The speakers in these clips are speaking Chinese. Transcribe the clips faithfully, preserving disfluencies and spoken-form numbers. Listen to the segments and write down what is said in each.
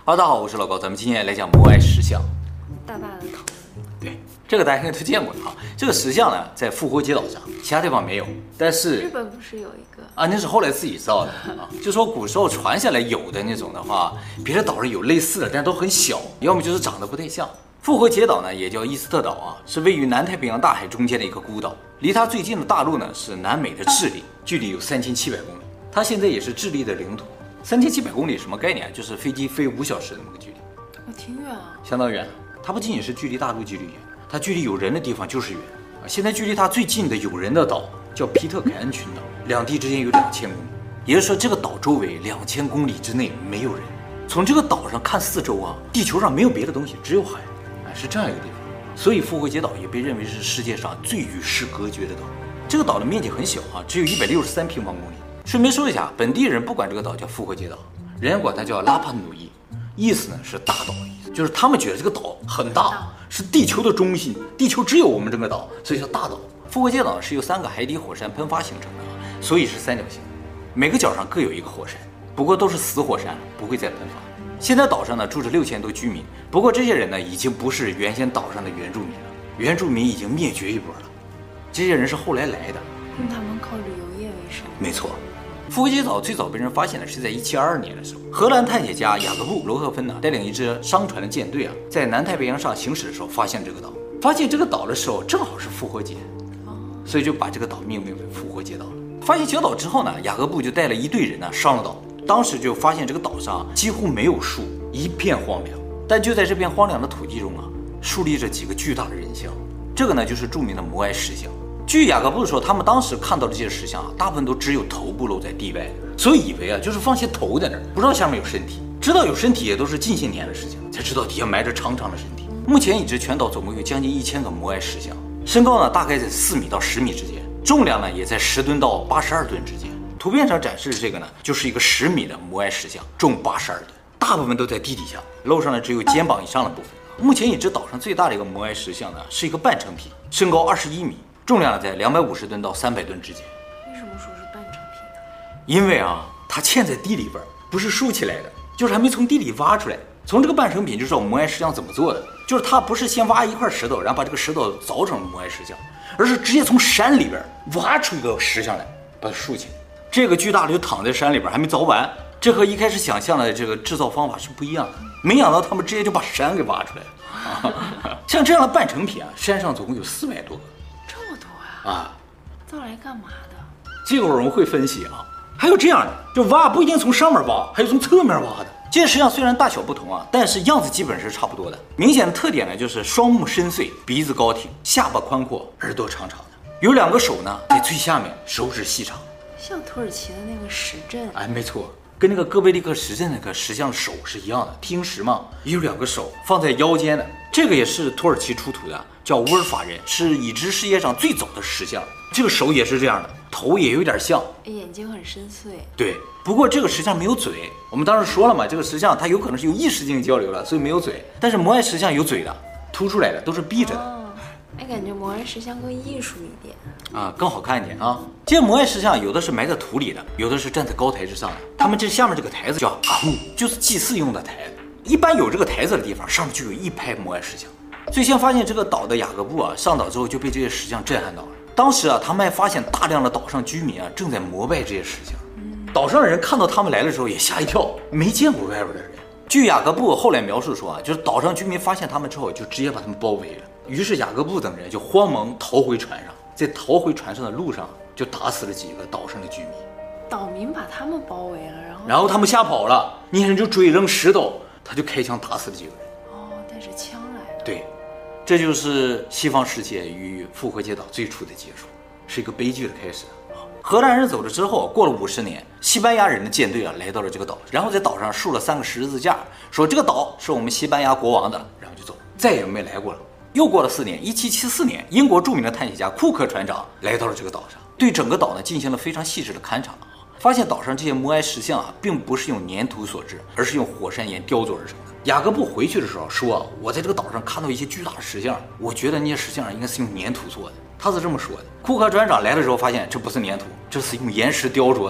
哈喽，大家好，我是老高，咱们今天来讲摩艾石像。 大大的头。 对，这个大家应该都见过了啊。这个石像呢，在复活节岛上，其他地方没有。但是日本不是有一个啊？那是后来自己造的啊。就说古时候传下来有的那种的话，别的岛上有类似的，但都很小，要么就是长得不太像。复活节岛呢，也叫伊斯特岛啊，是位于南太平洋大海中间的一个孤岛。离它最近的大陆呢是南美的智利，距离有三千七百公里。它现在也是智利的领土。三千七百公里什么概念？就是飞机飞五小时的那么个距离。 我挺远啊， 相当远。它不仅仅是距离大陆距离远，它距离有人的地方就是远啊。现在距离它最近的有人的岛叫皮特凯恩群岛，两地之间有两千公里，也就是说这个岛周围两千公里之内没有人。从这个岛上看四周啊，地球上没有别的东西，只有海，哎，是这样一个地方。所以复活节岛也被认为是世界上最与世隔绝的岛。这个岛的面积很小啊，只有一百六十三平方公里。顺便说一下，本地人不管这个岛叫复活节岛，人家管它叫拉帕努伊，意思呢是大岛的意思，就是他们觉得这个岛很大，是地球的中心，地球只有我们这个岛，所以叫大岛。复活节岛是由三个海底火山喷发形成的，所以是三角形，每个角上各有一个火山，不过都是死火山，不会再喷发。现在岛上呢住着六千多居民，不过这些人呢已经不是原先岛上的原住民了，原住民已经灭绝一波了，这些人是后来来的。 因为他们靠旅游业为生。 没错。复活节岛最早被人发现的是在一七二二年的时候，荷兰探险家雅各布·罗赫芬呢带领一支商船的舰队啊，在南太平洋上行驶的时候发现这个岛。发现这个岛的时候正好是复活节，所以就把这个岛命名为复活节岛了。发现小岛之后呢，雅各布就带了一队人呢上了岛，当时就发现这个岛上几乎没有树，一片荒凉。但就在这片荒凉的土地中啊，竖立着几个巨大的人像，这个呢就是著名的摩艾石像。据雅各布说，他们当时看到的这些石像啊，大部分都只有头部露在地外，所以以为啊就是放些头在那儿，不知道下面有身体。知道有身体也都是近些年的事情，才知道底下埋着长长的身体。目前已知全岛总共有将近一千个摩艾石像，身高呢大概在四米到十米之间，重量呢也在十吨到八十二吨之间。图片上展示的这个呢，就是一个十米的摩艾石像，重八十二吨，大部分都在地底下，露上了只有肩膀以上的部分。目前已知岛上最大的一个摩艾石像呢，是一个半成品，身高二十一米。重量在两百五十吨到三百吨之间。 为什么说是半成品呢？ 因为啊，它嵌在地里边，不是竖起来的，就是还没从地里挖出来。从这个半成品就知道摩艾石像怎么做的，就是它不是先挖一块石头，然后把这个石头凿成摩艾石像，而是直接从山里边挖出一个石像来，把它竖起来。这个巨大的就躺在山里边，还没凿完。这和一开始想象的这个制造方法是不一样的。没想到他们直接就把山给挖出来了。啊、像这样的半成品啊，山上总共有四百多个。啊， 造来干嘛的？ 这个我们会分析啊。还有这样的，就挖不一定从上面挖，还有从侧面挖的。这些石像虽然大小不同啊，但是样子基本是差不多的。明显的特点呢，就是双目深邃，鼻子高挺，下巴宽阔，耳朵长长的。有两个手呢在最下面，手指细长， 像土耳其的那个石阵。 哎，没错，跟那个哥贝利克石阵那个石像手是一样的，听石嘛，有两个手放在腰间的。这个也是土耳其出土的，叫乌尔法人，是已知世界上最早的石像。这个手也是这样的，头也有点像， 眼睛很深邃。 对，不过这个石像没有嘴。我们当时说了嘛，这个石像它有可能是有意识进行交流了，所以没有嘴。但是摩艾石像有嘴的，凸出来的，都是闭着的。 哦，哎，感觉摩艾石像更艺术一点啊，更好看一点啊。这些摩艾石像有的是埋在土里的，有的是站在高台之上的。他们这下面这个台子叫阿木，就是祭祀用的台子。一般有这个台子的地方，上面就有一排摩艾石像。最先发现这个岛的雅各布啊，上岛之后就被这些石像震撼到了。当时啊，他们还发现大量的岛上居民啊正在膜拜这些石像。嗯、岛上的人看到他们来的时候也吓一跳，没见过外边的人。据雅各布后来描述说啊，就是岛上居民发现他们之后，就直接把他们包围了。于是雅各布等人就慌忙逃回船上，在逃回船上的路上就打死了几个岛上的居民。 岛民把他们包围了，然后然后他们吓跑了，那些人就追扔石头，他就开枪打死了几个人。 哦，带着枪来了。 对。这就是西方世界与复活节岛最初的结束，是一个悲剧的开始。荷兰人走了之后，过了五十年，西班牙人的舰队啊来到了这个岛，然后在岛上竖了三个十字架，说这个岛是我们西班牙国王的，然后就走，再也没来过了。又过了四年，一七七四年，英国著名的探险家库克船长来到了这个岛上，对整个岛呢进行了非常细致的勘察，发现岛上这些摩艾石像啊，并不是用粘土所制，而是用火山岩雕琢而成的。雅各布回去的时候说、啊，我在这个岛上看到一些巨大的石像，我觉得那些石像应该是用粘土做的。他是这么说的。库克船长来的时候发现这不是粘土，这是用岩石雕琢的，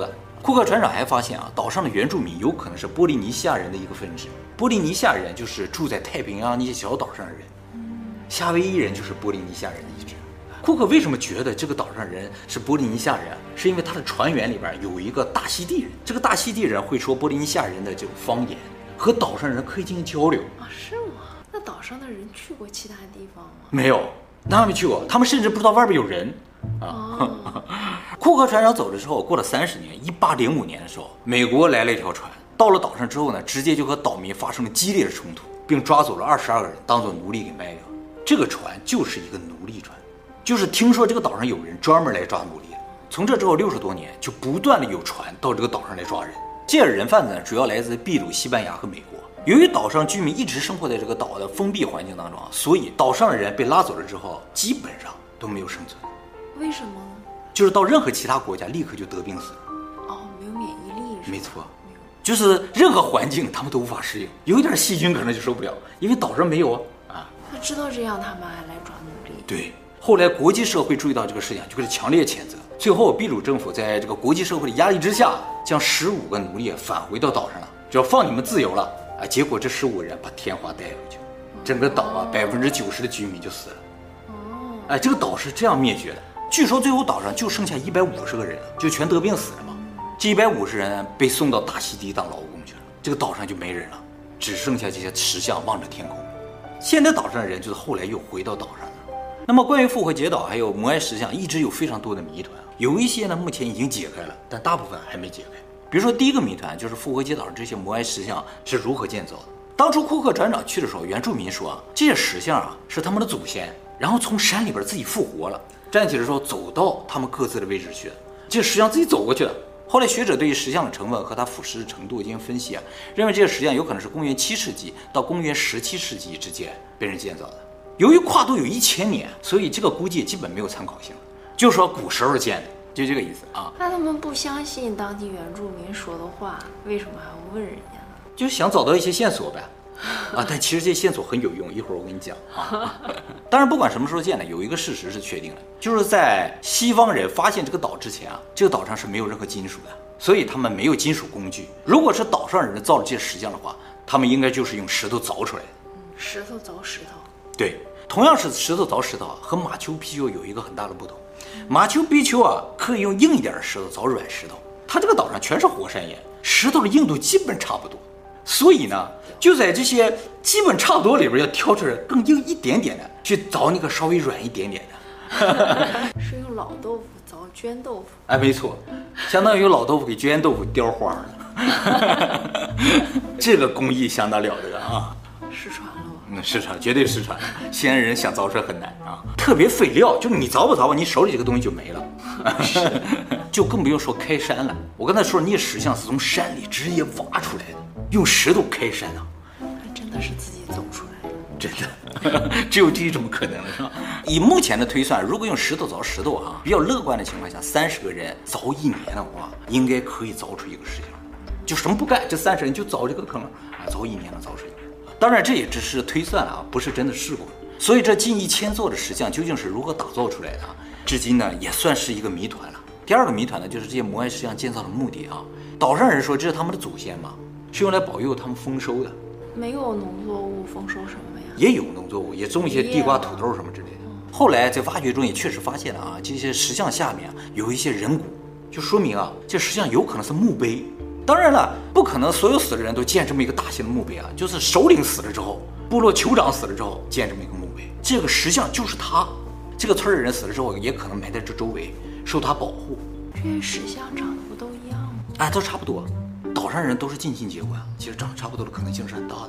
库克船长还发现啊，岛上的原住民有可能是波利尼西亚人的一个分支。波利尼西亚人就是住在太平洋那些小岛上的人，夏威夷人就是波利尼西亚人的一支。库克为什么觉得这个岛上人是波利尼西亚人？是因为他的船员里边有一个大溪地人，这个大溪地人会说波利尼西亚人的这种方言，和岛上人可以进行交流啊？是吗？那岛上的人去过其他地方吗？ 没有，他们没去过，他们甚至不知道外边有人啊。哦、库克船长走了之后，过了三十年，一八零五年的时候，美国来了一条船，到了岛上之后呢，直接就和岛民发生了激烈的冲突，并抓走了二十二个人，当做奴隶给卖掉。这个船就是一个奴隶船，就是听说这个岛上有人专门来抓奴隶的。从这之后六十多年，就不断的有船到这个岛上来抓人。这些人贩子呢，主要来自秘鲁、西班牙和美国。由于岛上居民一直生活在这个岛的封闭环境当中，所以岛上的人被拉走了之后，基本上都没有生存。 为什么呢？ 就是到任何其他国家，立刻就得病死。 哦，没有免疫力是吧？ 没错，就是任何环境他们都无法适应，有一点细菌可能就受不了，因为岛上没有啊。 他知道这样，他们还来抓奴隶。 对，后来国际社会注意到这个事情，就给他强烈谴责。最后，秘鲁政府在这个国际社会的压力之下，将十五个奴隶返回到岛上了，只要放你们自由了啊。结果这十五人把天花带回去，整个岛啊百分之九十的居民就死了。哦，哎，这个岛是这样灭绝的。据说最后岛上就剩下一百五十个人了，就全得病死了嘛。这一百五十人被送到大溪地当劳工去了，这个岛上就没人了，只剩下这些石像望着天空。现在岛上的人就是后来又回到岛上了。那么关于复活节岛还有摩埃石像，一直有非常多的谜团，有一些呢目前已经解开了，但大部分还没解开。比如说第一个谜团就是复活节岛上这些摩埃石像是如何建造的。当初库克船长去的时候，原住民说啊，这些石像啊是他们的祖先，然后从山里边自己复活了，站起来的时候走到他们各自的位置去了，这石像自己走过去了。后来学者对于石像的成分和它腐蚀程度进行分析啊，认为这些石像有可能是公元七世纪到公元十七世纪之间被人建造的。由于跨度有一千年，所以这个估计基本没有参考性，就说古时候建的，就这个意思啊。 那他们不相信当地原住民说的话，为什么还要问人家呢？ 就想找到一些线索呗。啊，但其实这些线索很有用，一会儿我跟你讲啊。当然，不管什么时候建的，有一个事实是确定的，就是在西方人发现这个岛之前啊，这个岛上是没有任何金属的，所以他们没有金属工具。如果是岛上人造了这些石像的话，他们应该就是用石头凿出来的。 石头凿石头。 对，同样是石头凿石头，和马丘比丘有一个很大的不同。马丘比丘啊，可以用硬一点的石头凿软石头，它这个岛上全是火山岩，石头的硬度基本差不多。所以呢，就在这些基本差不多里边，要挑出来更硬一点点的，去凿那个稍微软一点点的。 是用老豆腐凿绢豆腐。 哎，没错，相当于用老豆腐给绢豆腐雕花了。这个工艺相当了得啊！ 失传了吗？ 嗯，失传，绝对失传。西安人想凿出来很难啊，特别费料，就是你凿吧凿吧，你手里这个东西就没了。就更不用说开山了。我刚才说，那些石像是从山里直接挖出来的。用石头开山啊， 还真的是自己走出来的， 真的，只有这一种可能了，是吧？以目前的推算，如果用石头凿石头啊，比较乐观的情况下，三十个人凿一年的话，应该可以凿出一个石像。就什么不干，这三十人就凿这个坑啊，凿一年能凿出一个。当然，这也只是推算啊，不是真的试过。所以这近一千座的石像究竟是如何打造出来的，至今呢也算是一个谜团了。第二个谜团呢，就是这些摩埃石像建造的目的啊，岛上人说这是他们的祖先嘛。是用来保佑他们丰收的， 没有农作物丰收什么呀？ 也有农作物，也种一些地瓜、土豆什么之类的。后来在挖掘中也确实发现了啊，这些石像下面有一些人骨，就说明啊，这石像有可能是墓碑。当然了，不可能所有死的人都建这么一个大型的墓碑啊，就是首领死了之后，部落酋长死了之后建这么一个墓碑，这个石像就是他。这个村的人死了之后，也可能埋在这周围，受他保护。 这些石像长得不都一样吗？ 哎，都差不多。岛上人都是近亲结婚，其实长得差不多的可能性是很大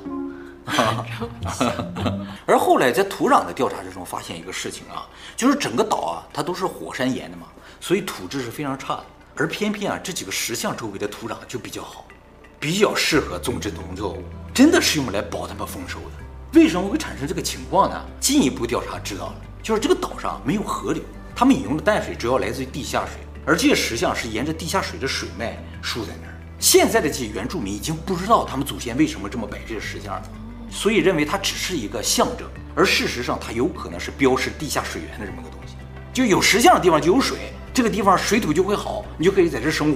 的。而后来在土壤的调查之中发现一个事情啊，就是整个岛啊，它都是火山岩的嘛，所以土质是非常差的。而偏偏啊，这几个石像周围的土壤就比较好，比较适合种植农作物，真的是用来保他们丰收的。为什么会产生这个情况呢？进一步调查知道了，就是这个岛上没有河流，他们饮用的淡水主要来自于地下水，而这些石像是沿着地下水的水脉竖在那儿。现在的这些原住民已经不知道他们祖先为什么这么摆这些石像了，所以认为它只是一个象征，而事实上它有可能是标示地下水源的这么个东西。就有石像的地方就有水，这个地方水土就会好，你就可以在这生活，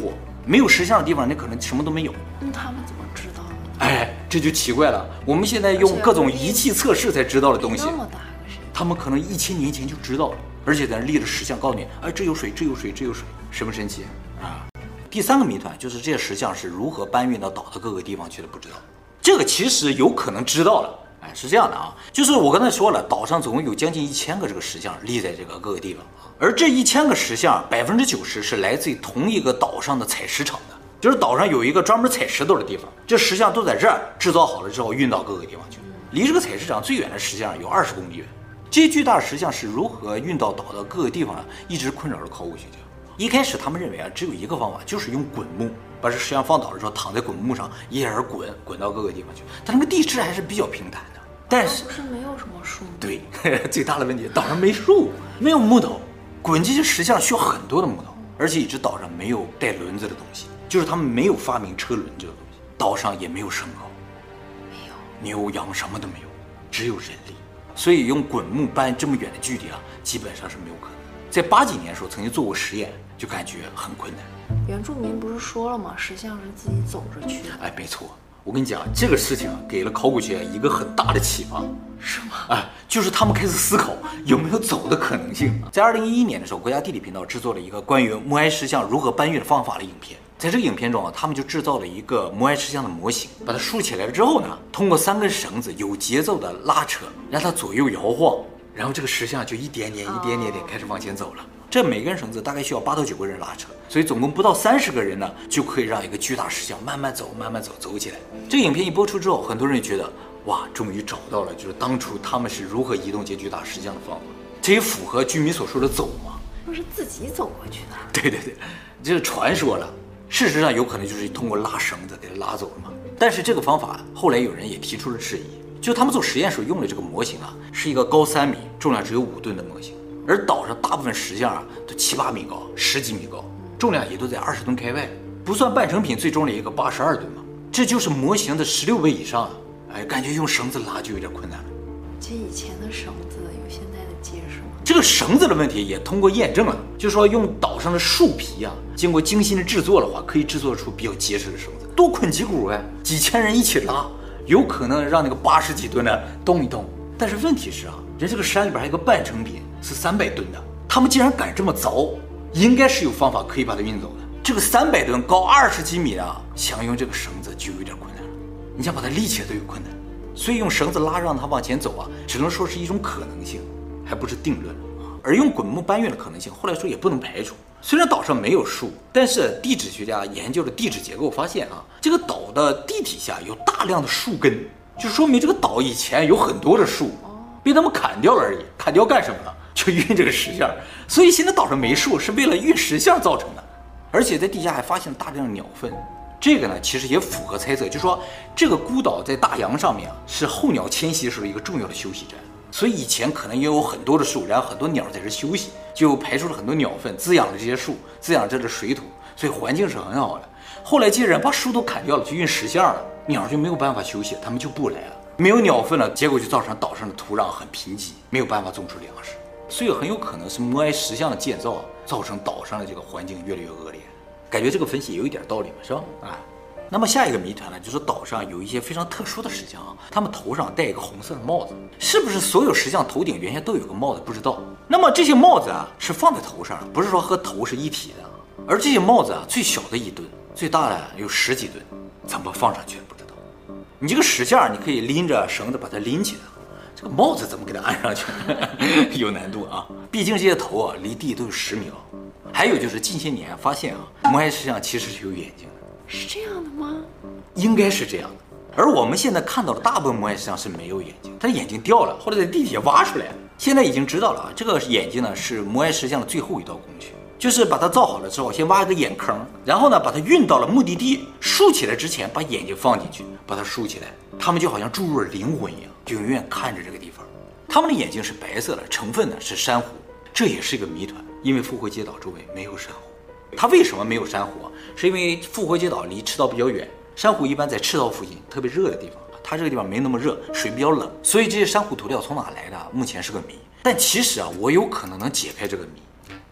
没有石像的地方，那可能什么都没有。 那他们怎么知道呢？ 哎，这就奇怪了。我们现在用各种仪器测试才知道的东西， 那么大个石， 他们可能一千年前就知道了，而且在那立了石像，告诉你，哎，这有水，这有水，这有水，神不神奇啊？第三个谜团就是这些石像是如何搬运到岛的各个地方去的，不知道。这个其实有可能知道了。哎，是这样的啊，就是我刚才说了，岛上总共有将近一千个这个石像立在这个各个地方，而这一千个石像百分之九十是来自于同一个岛上的采石场的，就是岛上有一个专门采石头的地方，这石像都在这儿制造好了之后运到各个地方去。离这个采石场最远的石像有二十公里远。这些巨大的石像是如何运到岛的各个地方呢？一直困扰着考古学家。一开始他们认为啊，只有一个方法，就是用滚木把这石像放倒了之后，躺在滚木上一点滚滚到各个地方去。但那个地质还是比较平坦的。但是不是没有什么树？ 对，最大的问题，岛上没树，没有木头，滚这些石像需要很多的木头，而且一直岛上没有带轮子的东西，就是他们没有发明车轮这个东西，岛上也没有牲口， 没有牛羊什么都没有，只有人力，所以用滚木搬这么远的距离啊，基本上是没有可能。在八几年的时候曾经做过实验，就感觉很困难。 原住民不是说了吗？石像是自己走着去的。 哎，没错。我跟你讲，这个事情啊，给了考古学一个很大的启发。 是吗？ 哎，就是他们开始思考有没有走的可能性。在二零一一年的时候，国家地理频道制作了一个关于摩崖石像如何搬运的方法的影片。在这个影片中啊，他们就制造了一个摩崖石像的模型，把它竖起来了之后呢，通过三根绳子有节奏的拉扯，让它左右摇晃，然后这个石像就一点点、一点点点开始往前走了。这每根绳子大概需要八到九个人拉扯，所以总共不到三十个人呢，就可以让一个巨大石像慢慢走、慢慢走走起来。这个影片一播出之后，很多人就觉得，哇，终于找到了，就是当初他们是如何移动这巨大石像的方法。这也符合居民所说的走嘛？ 不是自己走过去的？ 对对对，这是传说了。事实上，有可能就是通过拉绳子给它拉走了嘛。但是这个方法后来有人也提出了质疑，就他们做实验时候用的这个模型啊，是一个高三米、重量只有五吨的模型。而岛上大部分石像啊，都七八米高、十几米高，重量也都在二十吨开外，不算半成品，最重的一个八十二吨嘛，这就是模型的十六倍以上啊！哎，感觉用绳子拉就有点困难了。 这以前的绳子有现在的结实吗？ 这个绳子的问题也通过验证了，就是说用岛上的树皮啊，经过精心的制作的话，可以制作出比较结实的绳子，多捆几股哎，几千人一起拉，有可能让那个八十几吨的动一动。但是问题是啊，人这个山里边还有个半成品。是三百吨的，他们竟然敢这么凿，应该是有方法可以把它运走的。这个三百吨高二十几米啊，想用这个绳子就有点困难了。你想把它立起来都有困难，所以用绳子拉让它往前走啊，只能说是一种可能性，还不是定论。而用滚木搬运的可能性，后来说也不能排除。虽然岛上没有树，但是地质学家研究了地质结构，发现啊，这个岛的地底下有大量的树根，就说明这个岛以前有很多的树，被他们砍掉了而已。砍掉干什么了？就运这个石像，所以现在岛上没树是为了运石像造成的。而且在地下还发现了大量的鸟粪，这个呢其实也符合猜测，就是说这个孤岛在大洋上面啊，是候鸟迁徙时候一个重要的休息站，所以以前可能也有很多的树，然后很多鸟在这休息，就排出了很多鸟粪，滋养了这些树，滋养这的水土，所以环境是很好的。后来这些人把树都砍掉了，去运石像了，鸟就没有办法休息，他们就不来了，没有鸟粪了，结果就造成岛上的土壤很贫瘠，没有办法种出粮食。所以很有可能是摩崖石像的建造造成岛上的这个环境越来越恶劣，感觉这个分析有一点道理嘛，是吧？啊，那么下一个谜团呢，就是岛上有一些非常特殊的石像啊，他们头上戴一个红色的帽子，是不是所有石像头顶原先都有个帽子？不知道。那么这些帽子啊是放在头上，不是说和头是一体的，而这些帽子啊最小的一吨，最大的有十几吨，怎么放上去的不知道。你这个石像你可以拎着绳子把它拎起来。这个帽子怎么给它安上去？有难度啊！毕竟这些头啊离地都有十米高。还有就是近些年发现啊，摩崖石像其实是有眼睛的。 是这样的吗？ 应该是这样的。而我们现在看到的大部分摩崖石像是没有眼睛，它的眼睛掉了，或者在地底下挖出来了。现在已经知道了啊，这个眼睛呢是摩崖石像的最后一道工序，就是把它造好了之后，先挖一个眼坑，然后呢把它运到了目的地，竖起来之前把眼睛放进去，把它竖起来，它们就好像注入了灵魂一样，就永远看着这个地方。它们的眼睛是白色的，成分呢是珊瑚，这也是一个谜团，因为复活节岛周围没有珊瑚。它为什么没有珊瑚啊？是因为复活节岛离赤道比较远，珊瑚一般在赤道附近特别热的地方，它这个地方没那么热，水比较冷，所以这些珊瑚涂料从哪来的目前是个谜。但其实啊，我有可能能解开这个谜。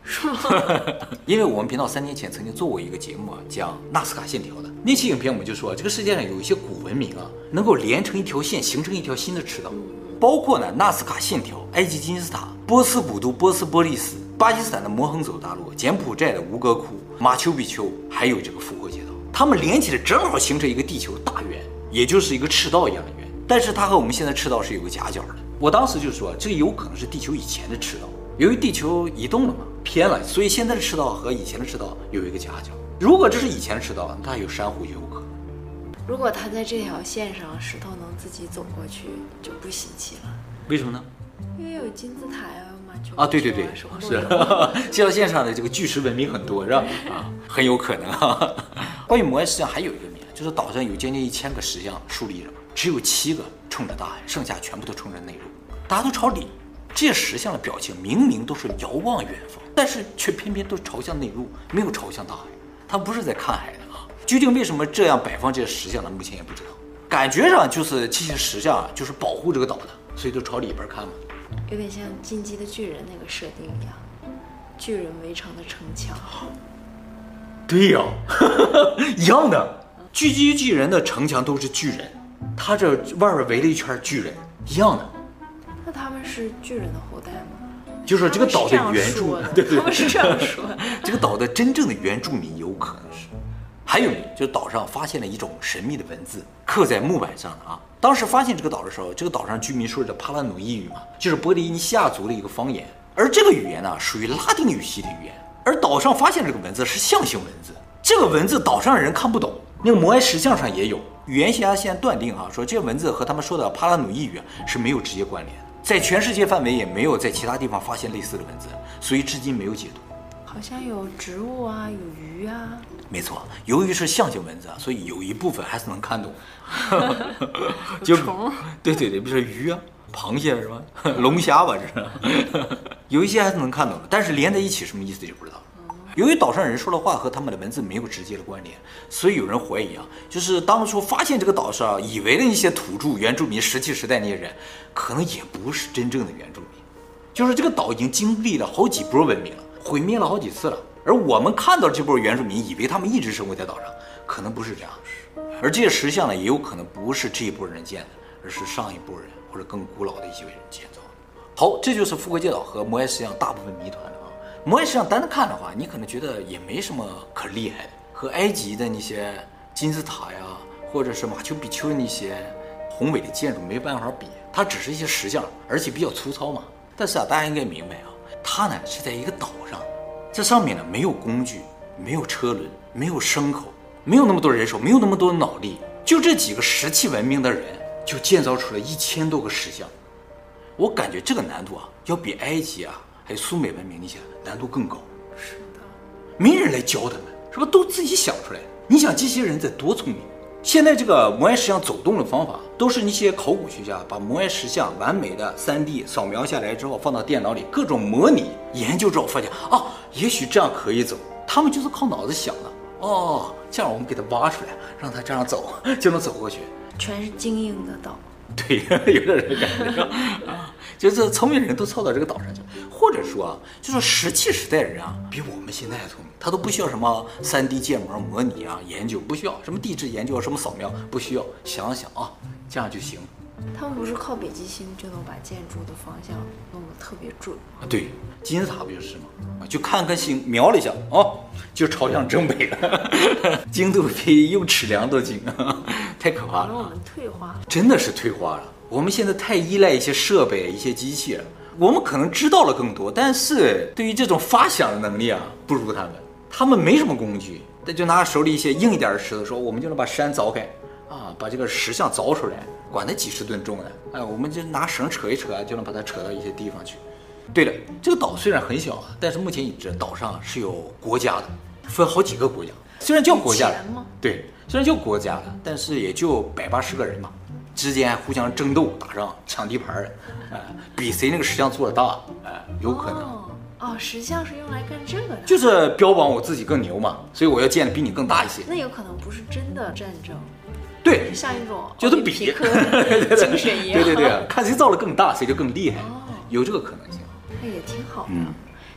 是吗？ 因为我们频道三年前曾经做过一个节目啊，讲纳斯卡线条的那期影片，我们就说这个世界上有一些古文明啊，能够连成一条线，形成一条新的赤道，包括呢纳斯卡线条、埃及金字塔、波斯古都波斯波利斯、巴基斯坦的摩亨佐大陆、柬埔寨的吴哥窟、马丘比丘，还有这个复活节岛，它们连起来正好形成一个地球大圆，也就是一个赤道一样的圆。但是它和我们现在赤道是有个夹角的。我当时就说，这个有可能是地球以前的赤道，由于地球移动了嘛，偏了，所以现在的赤道和以前的赤道有一个夹角。如果这是以前的赤道，那它有珊瑚就有可能。 如果它在这条线上，石头能自己走过去，就不稀奇了。 为什么呢？ 因为有金字塔呀、马丘比丘啊，对对对， 是这条线上的这个巨石文明很多，是吧？啊，很有可能啊。关于摩崖石像还有一个谜，就是岛上有将近一千个石像竖立着，只有七个冲着大海，剩下全部都冲着内陆，大家都朝里。这些石像的表情明明都是遥望远方，但是却偏偏都朝向内陆，没有朝向大海。他不是在看海的啊！究竟为什么这样摆放这些石像呢？目前也不知道。感觉上就是这些石像啊，就是保护这个岛的，所以都朝里边看嘛。 有点像《进击的巨人》那个设定一样，巨人围成的城墙。 对呀、哦，一样的。狙击巨人的城墙都是巨人，他这外边围了一圈巨人，一样的。 那他们是巨人的后代吗？ 就是这个岛的原住，对对， 他们是这样说的。 这个岛的真正的原住民有可能是。还有，就是岛上发现了一种神秘的文字，刻在木板上的啊。当时发现这个岛的时候，这个岛上居民说的帕拉努伊语嘛，就是波利尼西亚族的一个方言。而这个语言呢，属于拉丁语系的语言。而岛上发现这个文字是象形文字，这个文字岛上人看不懂。那个摩崖石像上也有，语言学家现在断定啊，说这个文字和他们说的帕拉努伊语是没有直接关联的，在全世界范围也没有在其他地方发现类似的文字，所以至今没有解读。 好像有植物啊，有鱼啊。 没错，由于是象形文字啊，所以有一部分还是能看懂。就虫， 对对对，比如说鱼啊、螃蟹是吧？龙虾吧，这是有一些还是能看懂的，但是连在一起什么意思就不知道。由于岛上人说的话和他们的文字没有直接的关联，所以有人怀疑啊，就是当初发现这个岛上以为的一些土著原住民石器时代那些人，可能也不是真正的原住民，就是这个岛已经经历了好几波文明了，毁灭了好几次了，而我们看到这波原住民以为他们一直生活在岛上，可能不是这样。而这些石像呢，也有可能不是这一波人建的，而是上一波人或者更古老的一些人建造的。好，这就是复活节岛和摩崖石像大部分谜团了。摩崖石像单单看的话，你可能觉得也没什么可厉害的，和埃及的那些金字塔呀，或者是马丘比丘的那些宏伟的建筑没办法比，它只是一些石像，而且比较粗糙嘛。但是啊，大家应该明白啊，它呢是在一个岛上，这上面呢没有工具，没有车轮，没有牲口，没有那么多人手，没有那么多脑力，就这几个石器文明的人就建造出了一千多个石像。我感觉这个难度啊，要比埃及啊还有苏美文明那些难度更高。 是的， 没人来教他们，是吧？都自己想出来的。你想这些人得多聪明？现在这个摩崖石像走动的方法，都是那些考古学家把摩崖石像完美的 三 D 扫描下来之后，放到电脑里各种模拟研究之后，发现啊，也许这样可以走。他们就是靠脑子想的。哦，这样我们给他挖出来，让他这样走就能走过去。 全是精英的岛。 对，有点这感觉啊，就是聪明人都凑到这个岛上去，或者说啊，就是石器时代的人啊，比我们现在还聪明，他都不需要什么 三 D 建模模拟啊研究，不需要什么地质研究，什么扫描，不需要，想想啊，这样就行。 他们不是靠北极星就能把建筑的方向弄得特别准吗？ 啊，对，金字塔不就是吗？啊，就看颗星，瞄了一下，哦，就朝向正北了，精度比用尺量都精，太可怕了。 让我们退化了， 真的是退化了。我们现在太依赖一些设备、一些机器了。我们可能知道了更多，但是对于这种发想的能力啊，不如他们。他们没什么工具，那就拿手里一些硬一点的石头说，我们就能把山凿开啊，把这个石像凿出来，管它几十吨重的，哎，我们就拿绳扯一扯，就能把它扯到一些地方去。对了，这个岛虽然很小啊，但是目前已知岛上是有国家的，分好几个国家。虽然叫国家，对，虽然叫国家的，但是也就百八十个人嘛，之间互相争斗、打仗、抢地盘，哎，比谁那个石像做的大，哎，有可能。 哦哦，石像是用来干这个的， 就是标榜我自己更牛嘛，所以我要建的比你更大一些。 那有可能不是真的战争， 对， 像一种就是比皮克精神一样。 对对对，看谁造的更大，谁就更厉害， 哦， 有这个可能性。 那也挺好的。 嗯，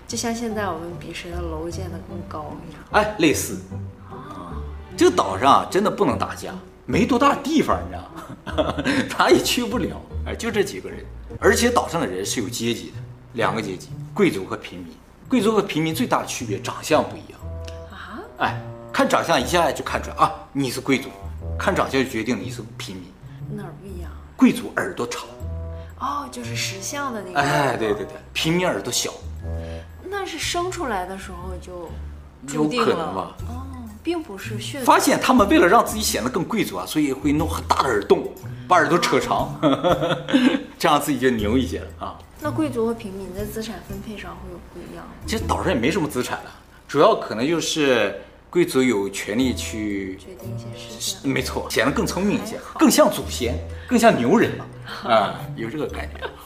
就像现在我们比谁的楼建得更高一样。 哎，类似。这个岛上真的不能打架，没多大地方，你知道吗？哪也去不了。哎，就这几个人，而且岛上的人是有阶级的，两个阶级，贵族和平民。贵族和平民最大的区别，长相不一样。 啊？ 哎，看长相一下就看出来啊，你是贵族；看长相就决定你是平民。 哪儿不一样？ 贵族耳朵长。 哦，就是石像的那个。 哎，对对对，平民耳朵小。 那是生出来的时候就有注定了可能吧？ 哦，并不是血统。 发现他们为了让自己显得更贵族啊，所以会弄很大的耳洞，把耳朵扯长，这样自己就牛一些了啊。 那贵族和平民在资产分配上会有不一样吗？ 其实岛上也没什么资产了，主要可能就是贵族有权利去决定一些事情。 没错，显得更聪明一些，更像祖先，更像牛人了啊，有这个感觉。